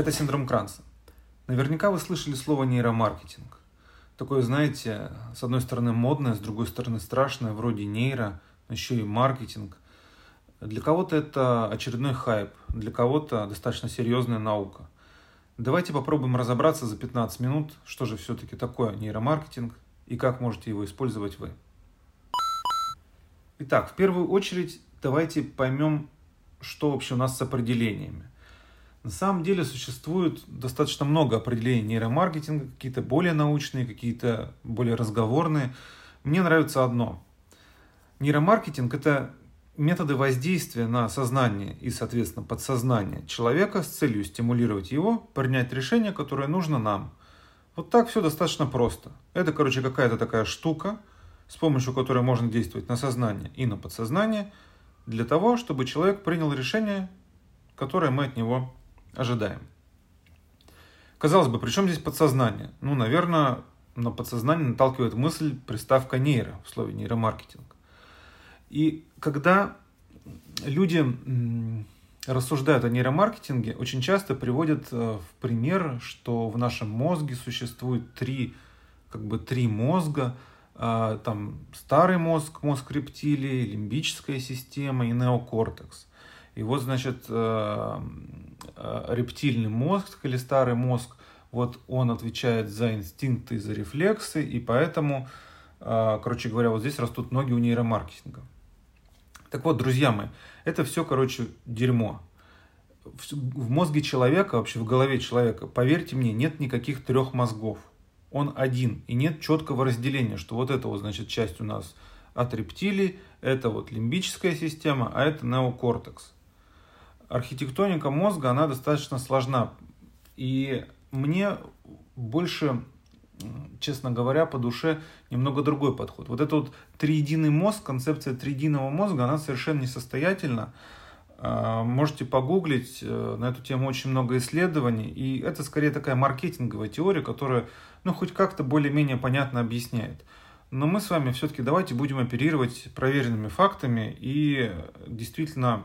Это синдром Кранца. Наверняка вы слышали слово нейромаркетинг. Такое, знаете, с одной стороны модное, с другой стороны страшное, вроде нейро, но еще и маркетинг. Для кого-то это очередной хайп, для кого-то достаточно серьезная наука. Давайте попробуем разобраться за 15 минут, что же все-таки такое нейромаркетинг и как можете его использовать вы. Итак, в первую очередь давайте поймем, что вообще у нас с определениями. На самом деле существует достаточно много определений нейромаркетинга, какие-то более научные, какие-то более разговорные. Мне нравится одно. Нейромаркетинг – это методы воздействия на сознание и, соответственно, подсознание человека с целью стимулировать его принять решение, которое нужно нам. Вот так все достаточно просто. Это, какая-то такая штука, с помощью которой можно действовать на сознание и на подсознание, для того, чтобы человек принял решение, которое мы от него ожидаем. Казалось бы, при чем здесь подсознание? Наверное, на подсознание наталкивает мысль приставка нейро в слове нейромаркетинг. И когда люди рассуждают о нейромаркетинге, очень часто приводят в пример, что в нашем мозге существует три мозга. Там старый мозг, мозг рептилии, лимбическая система и неокортекс. И вот, значит, рептильный мозг или старый мозг, вот он отвечает за инстинкты и за рефлексы, и поэтому, вот здесь растут ноги у нейромаркетинга. Так вот, друзья мои, это все, дерьмо. В мозге человека, вообще в голове человека, поверьте мне, нет никаких трех мозгов. Он один, и нет четкого разделения, что вот это часть у нас от рептилий, это лимбическая система, а это неокортекс. Архитектоника мозга, она достаточно сложна, и мне больше, честно говоря, по душе немного другой подход. Вот этот триединый мозг, концепция триединого мозга, она совершенно несостоятельна. Можете погуглить, на эту тему очень много исследований, и это скорее такая маркетинговая теория, которая, хоть как-то более-менее понятно объясняет. Но мы с вами все-таки давайте будем оперировать проверенными фактами и действительно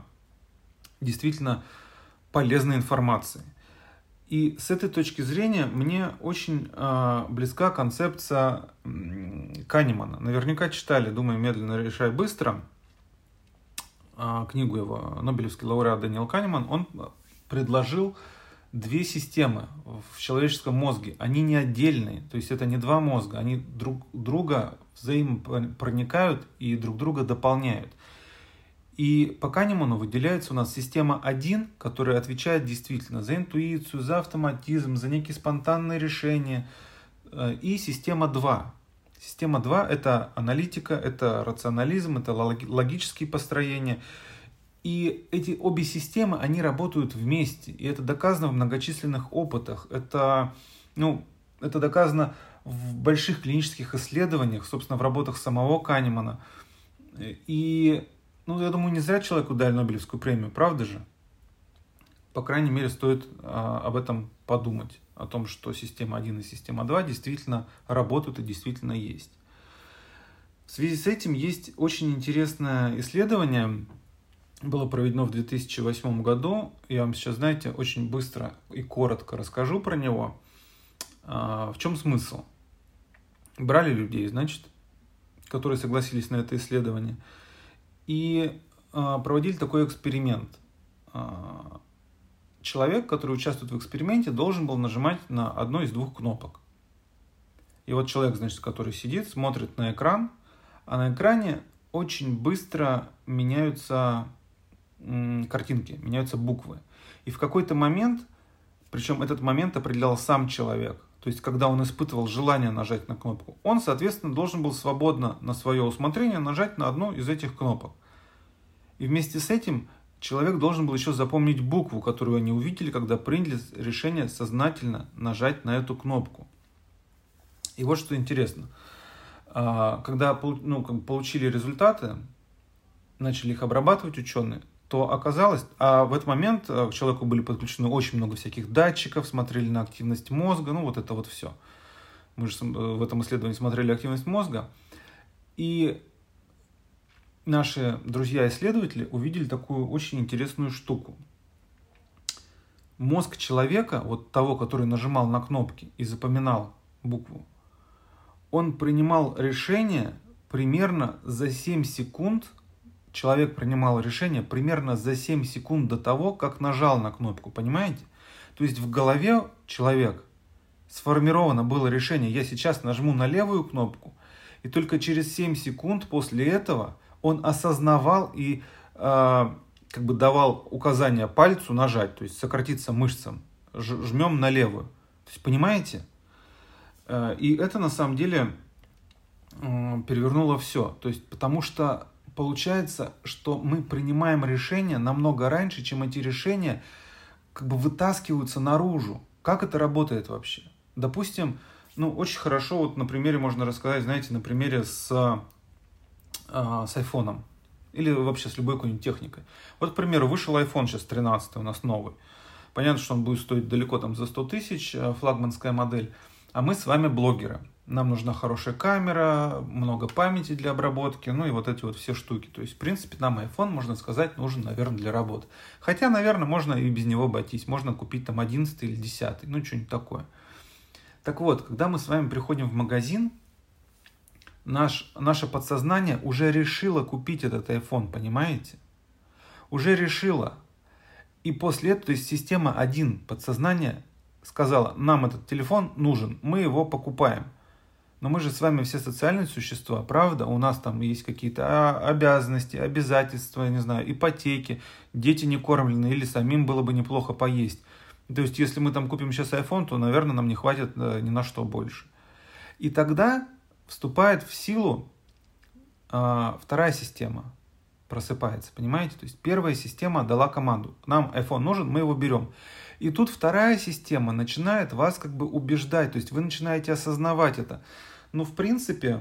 полезной информацией. И с этой точки зрения мне очень близка концепция Канемана. Наверняка читали «Думай медленно, решай быстро», книгу его, нобелевский лауреат Дэниел Канеман. Он предложил две системы в человеческом мозге. Они не отдельные, то есть это не два мозга, они друг друга взаимопроникают и друг друга дополняют. И по Канеману выделяется у нас система 1, которая отвечает действительно за интуицию, за автоматизм, за некие спонтанные решения. И система 2. Система 2 – это аналитика, это рационализм, это логические построения. И эти обе системы, они работают вместе. И это доказано в многочисленных опытах. Это доказано в больших клинических исследованиях, собственно, в работах самого Канемана. И я думаю, не зря человеку дали Нобелевскую премию, правда же? По крайней мере, стоит об этом подумать, о том, что система 1 и система 2 действительно работают и действительно есть. В связи с этим есть очень интересное исследование, было проведено в 2008 году. Я вам сейчас, очень быстро и коротко расскажу про него. В чем смысл? Брали людей, которые согласились на это исследование, и проводили такой эксперимент. Человек, который участвует в эксперименте, должен был нажимать на одну из двух кнопок. И вот человек, который сидит, смотрит на экран, а на экране очень быстро меняются картинки, меняются буквы. И в какой-то момент, причем этот момент определял сам человек, то есть когда он испытывал желание нажать на кнопку, он, соответственно, должен был свободно на свое усмотрение нажать на одну из этих кнопок. И вместе с этим человек должен был еще запомнить букву, которую они увидели, когда приняли решение сознательно нажать на эту кнопку. И вот что интересно. Когда получили результаты, начали их обрабатывать ученые, то оказалось, в этот момент к человеку были подключены очень много всяких датчиков, смотрели на активность мозга, это вот все. Мы же в этом исследовании смотрели активность мозга. И наши друзья-исследователи увидели такую очень интересную штуку. Мозг человека, вот того, который нажимал на кнопки и запоминал букву, он принимал решение примерно за 7 секунд. Человек принимал решение примерно за 7 секунд до того, как нажал на кнопку, понимаете? То есть в голове человека сформировано было решение, я сейчас нажму на левую кнопку, и только через 7 секунд после этого он осознавал и как бы давал указание пальцу нажать, то есть сократиться мышцам, жмем на левую. То есть понимаете? И это на самом деле перевернуло все. То есть потому что получается, что мы принимаем решения намного раньше, чем эти решения как бы вытаскиваются наружу. Как это работает вообще? Допустим, очень хорошо, вот на примере можно рассказать, знаете, на примере с айфоном. Или вообще с любой какой-нибудь техникой. Вот, к примеру, вышел iPhone сейчас 13 у нас новый. Понятно, что он будет стоить далеко там за 100 тысяч, флагманская модель. А мы с вами блогеры. Нам нужна хорошая камера, много памяти для обработки, и вот эти вот все штуки. То есть, в принципе, нам iPhone, можно сказать, нужен, наверное, для работы. Хотя, наверное, можно и без него обойтись. Можно купить там 11 или 10, что-нибудь такое. Так вот, когда мы с вами приходим в магазин, наше подсознание уже решило купить этот iPhone, понимаете? Уже решило. И после этого, то есть система 1 подсознания сказала, нам этот телефон нужен, мы его покупаем. Но мы же с вами все социальные существа, правда? У нас там есть какие-то обязанности, обязательства, не знаю, ипотеки, дети не кормлены или самим было бы неплохо поесть. То есть если мы там купим сейчас iPhone, то, наверное, нам не хватит ни на что больше. И тогда вступает в силу вторая система, просыпается, понимаете? То есть первая система дала команду, нам iPhone нужен, мы его берем. И тут вторая система начинает вас как бы убеждать, то есть вы начинаете осознавать это. В принципе,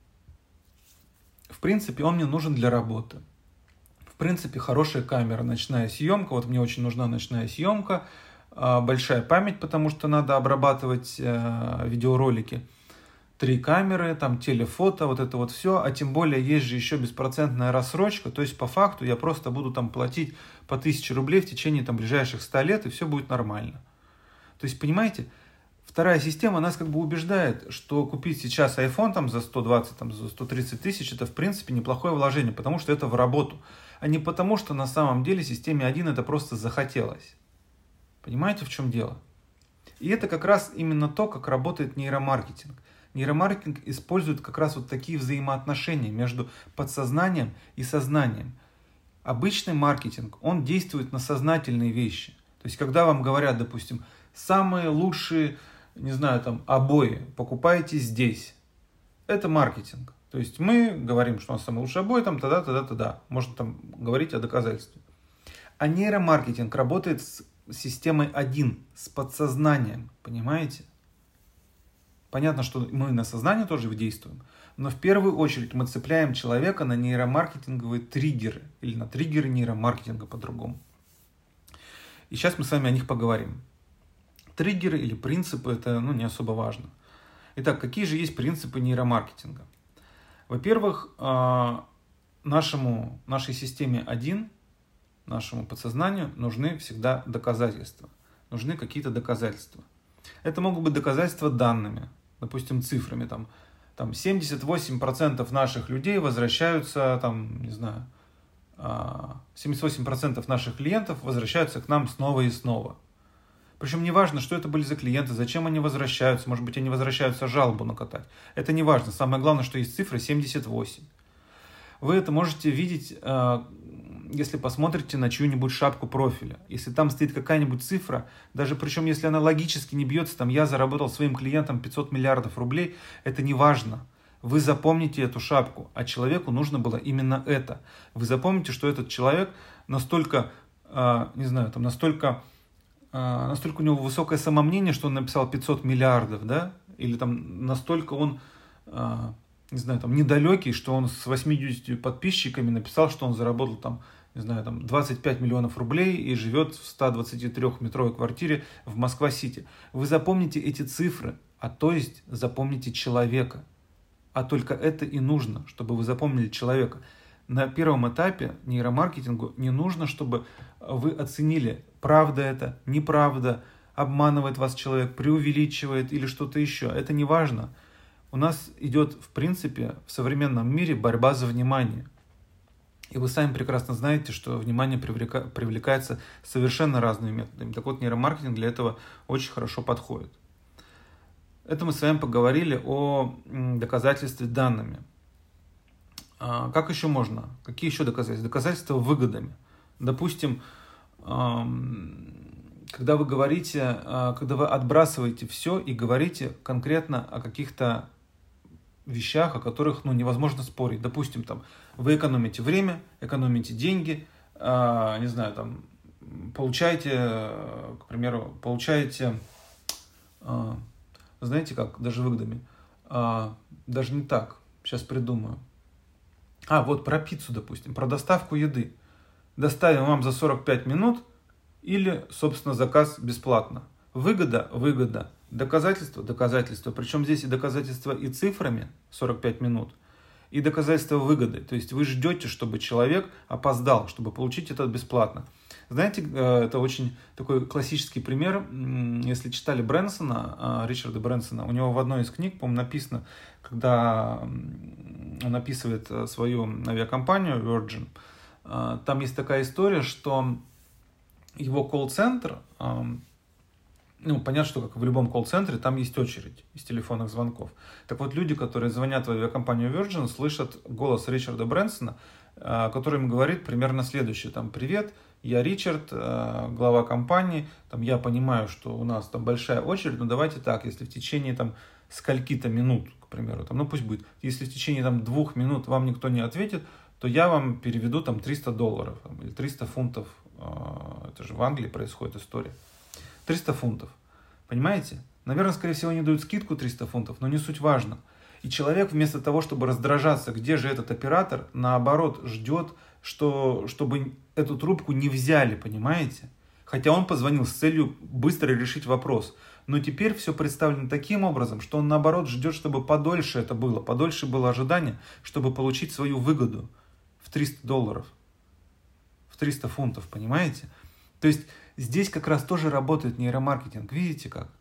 он мне нужен для работы. В принципе, хорошая камера, ночная съемка, вот мне очень нужна ночная съемка, большая память, потому что надо обрабатывать видеоролики. 3 камеры, там телефото, вот это вот все, а тем более есть же еще беспроцентная рассрочка, то есть по факту я просто буду там платить по 1000 рублей в течение там ближайших 100 лет, и все будет нормально. То есть, понимаете, вторая система нас как бы убеждает, что купить сейчас iPhone там за 120, там за 130 тысяч, это в принципе неплохое вложение, потому что это в работу, а не потому, что на самом деле системе 1 это просто захотелось. Понимаете, в чем дело? И это как раз именно то, как работает нейромаркетинг. Нейромаркетинг использует как раз вот такие взаимоотношения между подсознанием и сознанием. Обычный маркетинг, он действует на сознательные вещи. То есть, когда вам говорят, допустим, самые лучшие, не знаю, там, обои покупайте здесь. Это маркетинг. То есть, мы говорим, что у нас самые лучшие обои, там, тогда. Можно там говорить о доказательстве. А нейромаркетинг работает с системой 1, с подсознанием. Понимаете? Понятно, что мы на сознание тоже действуем, но в первую очередь мы цепляем человека на нейромаркетинговые триггеры, или на триггеры нейромаркетинга по-другому. И сейчас мы с вами о них поговорим. Триггеры или принципы – это не особо важно. Итак, какие же есть принципы нейромаркетинга? Во-первых, нашей системе 1, нашему подсознанию нужны всегда доказательства. Нужны какие-то доказательства. Это могут быть доказательства данными, допустим, цифрами. Там 78% наших людей возвращаются, 78% наших клиентов возвращаются к нам снова и снова. Причем не важно, что это были за клиенты, зачем они возвращаются. Может быть, они возвращаются жалобу накатать. Это не важно. Самое главное, что есть цифра 78. Вы это можете видеть, если посмотрите на чью-нибудь шапку профиля. Если там стоит какая-нибудь цифра, даже причем если она логически не бьется, я заработал своим клиентам 500 миллиардов рублей, это не важно. Вы запомните эту шапку, а человеку нужно было именно это. Вы запомните, что этот человек настолько, настолько у него высокое самомнение, что он написал 500 миллиардов, да? Или настолько он... недалекий, что он с 80 подписчиками написал, что он заработал 25 миллионов рублей и живет в 123-метровой квартире в Москва-Сити. Вы запомните эти цифры, то есть запомните человека. А только это и нужно, чтобы вы запомнили человека. На первом этапе нейромаркетингу не нужно, чтобы вы оценили правда это, неправда, обманывает вас человек, преувеличивает или что-то еще. Это не важно. У нас идет, в принципе, в современном мире борьба за внимание. И вы сами прекрасно знаете, что внимание привлекается совершенно разными методами. Так вот, нейромаркетинг для этого очень хорошо подходит. Это мы с вами поговорили о доказательстве данными. Как еще можно? Какие еще доказательства? Доказательства выгодами. Допустим, когда вы говорите, когда вы отбрасываете все и говорите конкретно о каких-то вещах, о которых невозможно спорить. Допустим, там, вы экономите время, экономите деньги, не знаю, там, получаете, к примеру, знаете как, даже выгодами, даже не так, сейчас придумаю. Вот про пиццу, допустим, про доставку еды. Доставим вам за 45 минут или, собственно, заказ бесплатно. Выгода, выгода. Доказательство, доказательство. Причем здесь и доказательство и цифрами 45 минут, и доказательство выгоды. То есть вы ждете, чтобы человек опоздал, чтобы получить это бесплатно. Знаете, это очень такой классический пример. Если читали Брэнсона, Ричарда Брэнсона, у него в одной из книг, по-моему, написано, когда он описывает свою авиакомпанию Virgin, там есть такая история, что его колл-центр, понятно, что как в любом колл-центре, там есть очередь из телефонных звонков. Так вот, люди, которые звонят в авиакомпанию Virgin, слышат голос Ричарда Брэнсона, который им говорит примерно следующее. Там: «Привет, я Ричард, глава компании, там, я понимаю, что у нас там большая очередь, но давайте так, если в течение там скольки-то минут, к примеру, там, пусть будет, если в течение там 2 минут вам никто не ответит, то я вам переведу там $300 там, или 300 фунтов, это же в Англии происходит история, 300 фунтов, понимаете? Наверное, скорее всего, они дают скидку 300 фунтов, но не суть важно. И человек вместо того, чтобы раздражаться, где же этот оператор, наоборот, ждет, чтобы эту трубку не взяли, понимаете? Хотя он позвонил с целью быстро решить вопрос. Но теперь все представлено таким образом, что он, наоборот, ждет, чтобы подольше это было, подольше было ожидание, чтобы получить свою выгоду в $300, в 300 фунтов, понимаете? То есть здесь как раз тоже работает нейромаркетинг. Видите как?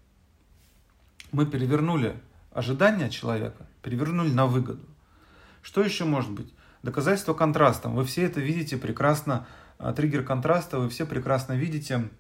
Мы перевернули ожидания человека, перевернули на выгоду. Что еще может быть? Доказательство контрастом. Вы все это видите прекрасно. Триггер контраста вы все прекрасно видите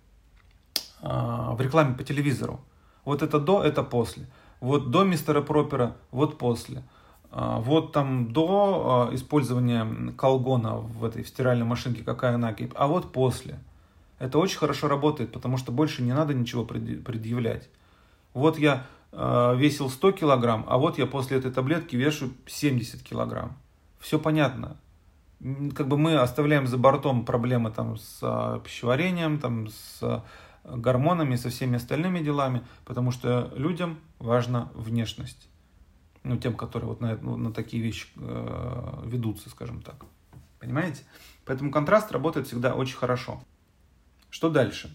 в рекламе по телевизору. Вот это до, это после. Вот до мистера Пропера, вот после. Вот там до использования колгона в этой стиральной машинке, какая накипь, а вот после. Это очень хорошо работает, потому что больше не надо ничего предъявлять. Вот я весил 100 килограмм, а вот я после этой таблетки вешу 70 килограмм. Все понятно. Как бы мы оставляем за бортом проблемы там с пищеварением, там с гормонами, со всеми остальными делами, потому что людям важна внешность. Тем, которые вот на такие вещи ведутся, скажем так. Понимаете? Поэтому контраст работает всегда очень хорошо. Что дальше?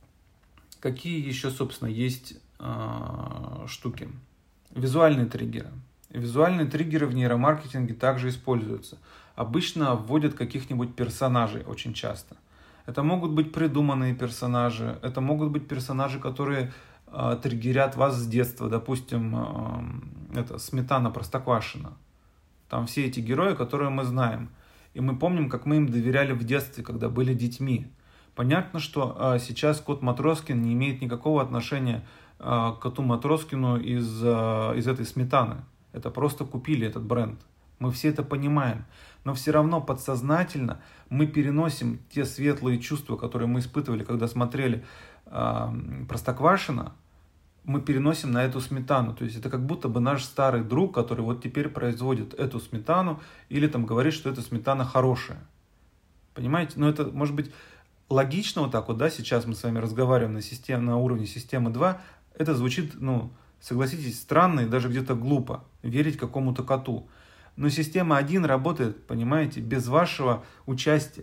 Какие еще, собственно, есть штуки? Визуальные триггеры. Визуальные триггеры в нейромаркетинге также используются. Обычно вводят каких-нибудь персонажей очень часто. Это могут быть придуманные персонажи, это могут быть персонажи, которые триггерят вас с детства. Допустим, это Сметана, Простоквашино. Там все эти герои, которые мы знаем. И мы помним, как мы им доверяли в детстве, когда были детьми. Понятно, что сейчас кот Матроскин не имеет никакого отношения к коту Матроскину из этой Сметаны. Это просто купили этот бренд. Мы все это понимаем. Но все равно подсознательно мы переносим те светлые чувства, которые мы испытывали, когда смотрели Простоквашино, мы переносим на эту сметану. То есть это как будто бы наш старый друг, который вот теперь производит эту сметану или там говорит, что эта сметана хорошая. Понимаете? Но это может быть логично вот так вот, да, сейчас мы с вами разговариваем на уровне системы 2, это звучит, согласитесь, странно и даже где-то глупо верить какому-то коту. Но система 1 работает, понимаете, без вашего участия.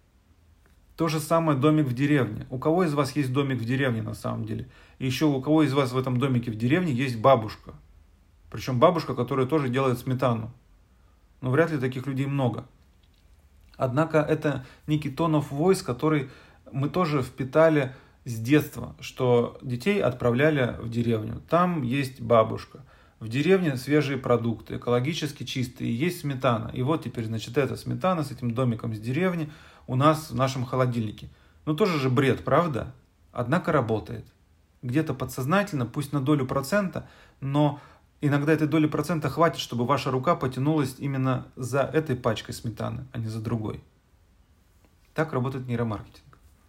То же самое домик в деревне. У кого из вас есть домик в деревне на самом деле? И еще у кого из вас в этом домике в деревне есть бабушка? Причем бабушка, которая тоже делает сметану. Вряд ли таких людей много. Однако это некий tone of voice, который мы тоже впитали с детства, что детей отправляли в деревню. Там есть бабушка. В деревне свежие продукты, экологически чистые, есть сметана. И вот теперь, значит, эта сметана с этим домиком с деревни у нас в нашем холодильнике. Ну тоже же бред, правда? Однако работает. Где-то подсознательно, пусть на долю процента, но иногда этой доли процента хватит, чтобы ваша рука потянулась именно за этой пачкой сметаны, а не за другой. Так работает нейромаркетинг.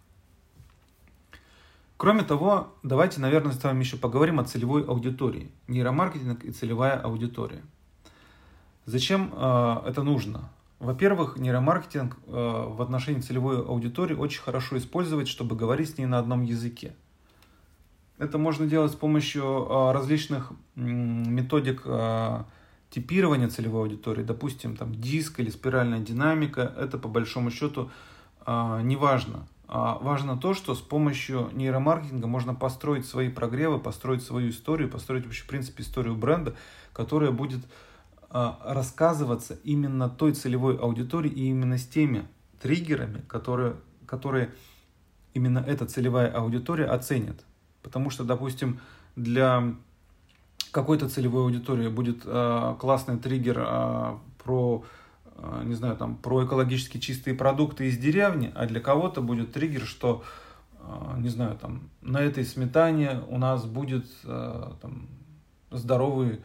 Кроме того, давайте, наверное, с вами еще поговорим о целевой аудитории. Нейромаркетинг и целевая аудитория. Зачем это нужно? Во-первых, нейромаркетинг в отношении целевой аудитории очень хорошо использовать, чтобы говорить с ней на одном языке. Это можно делать с помощью различных методик типирования целевой аудитории. Допустим, там диск или спиральная динамика. Это по большому счету не важно. Важно то, что с помощью нейромаркетинга можно построить свои прогревы, построить свою историю, построить вообще, в принципе, историю бренда, которая будет рассказываться именно той целевой аудитории и именно с теми триггерами, которые именно эта целевая аудитория оценит. Потому что, допустим, для какой-то целевой аудитории будет классный триггер про, не знаю, там, про экологически чистые продукты из деревни, а для кого-то будет триггер, что, не знаю, там, на этой сметане у нас будет там, здоровый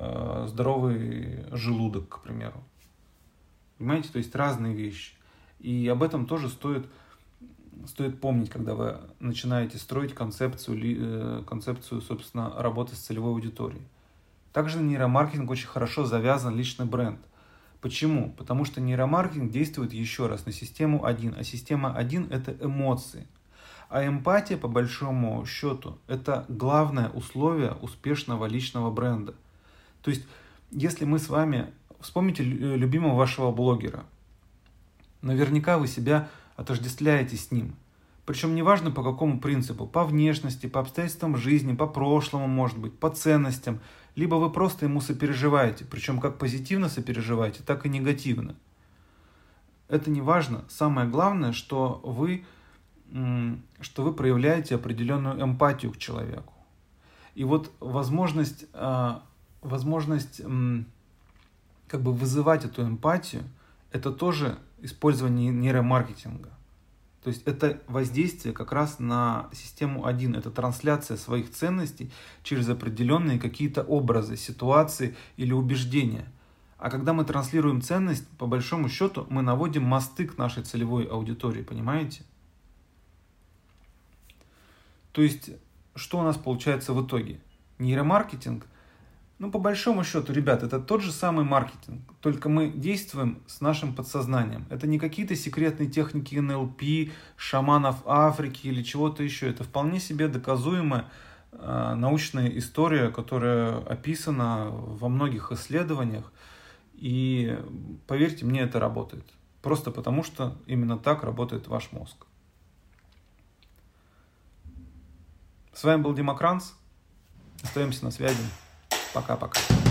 желудок, к примеру. Понимаете, то есть разные вещи. И об этом тоже стоит помнить, когда вы начинаете строить концепцию, собственно, работы с целевой аудиторией. Также на нейромаркетинг очень хорошо завязан личный бренд. Почему? Потому что нейромаркетинг действует еще раз на систему 1, а система 1 – это эмоции. А эмпатия, по большому счету, это главное условие успешного личного бренда. То есть, если мы с вами... Вспомните любимого вашего блогера. Наверняка вы себя отождествляете с ним. Причем неважно по какому принципу. По внешности, по обстоятельствам жизни, по прошлому, может быть, по ценностям. Либо вы просто ему сопереживаете. Причем как позитивно сопереживаете, так и негативно. Это не важно. Самое главное, что вы проявляете определенную эмпатию к человеку. И вот возможность как бы вызывать эту эмпатию, это тоже использование нейромаркетинга. То есть это воздействие как раз на систему 1, это трансляция своих ценностей через определенные какие-то образы, ситуации или убеждения. А когда мы транслируем ценность, по большому счету мы наводим мосты к нашей целевой аудитории, понимаете? То есть, что у нас получается в итоге? Нейромаркетинг, ну, по большому счету, ребят, это тот же самый маркетинг, только мы действуем с нашим подсознанием. Это не какие-то секретные техники НЛП, шаманов Африки или чего-то еще. Это вполне себе доказуемая научная история, которая описана во многих исследованиях. И поверьте мне, это работает. Просто потому, что именно так работает ваш мозг. С вами был Дима Кранц. Остаемся на связи. Пока-пока.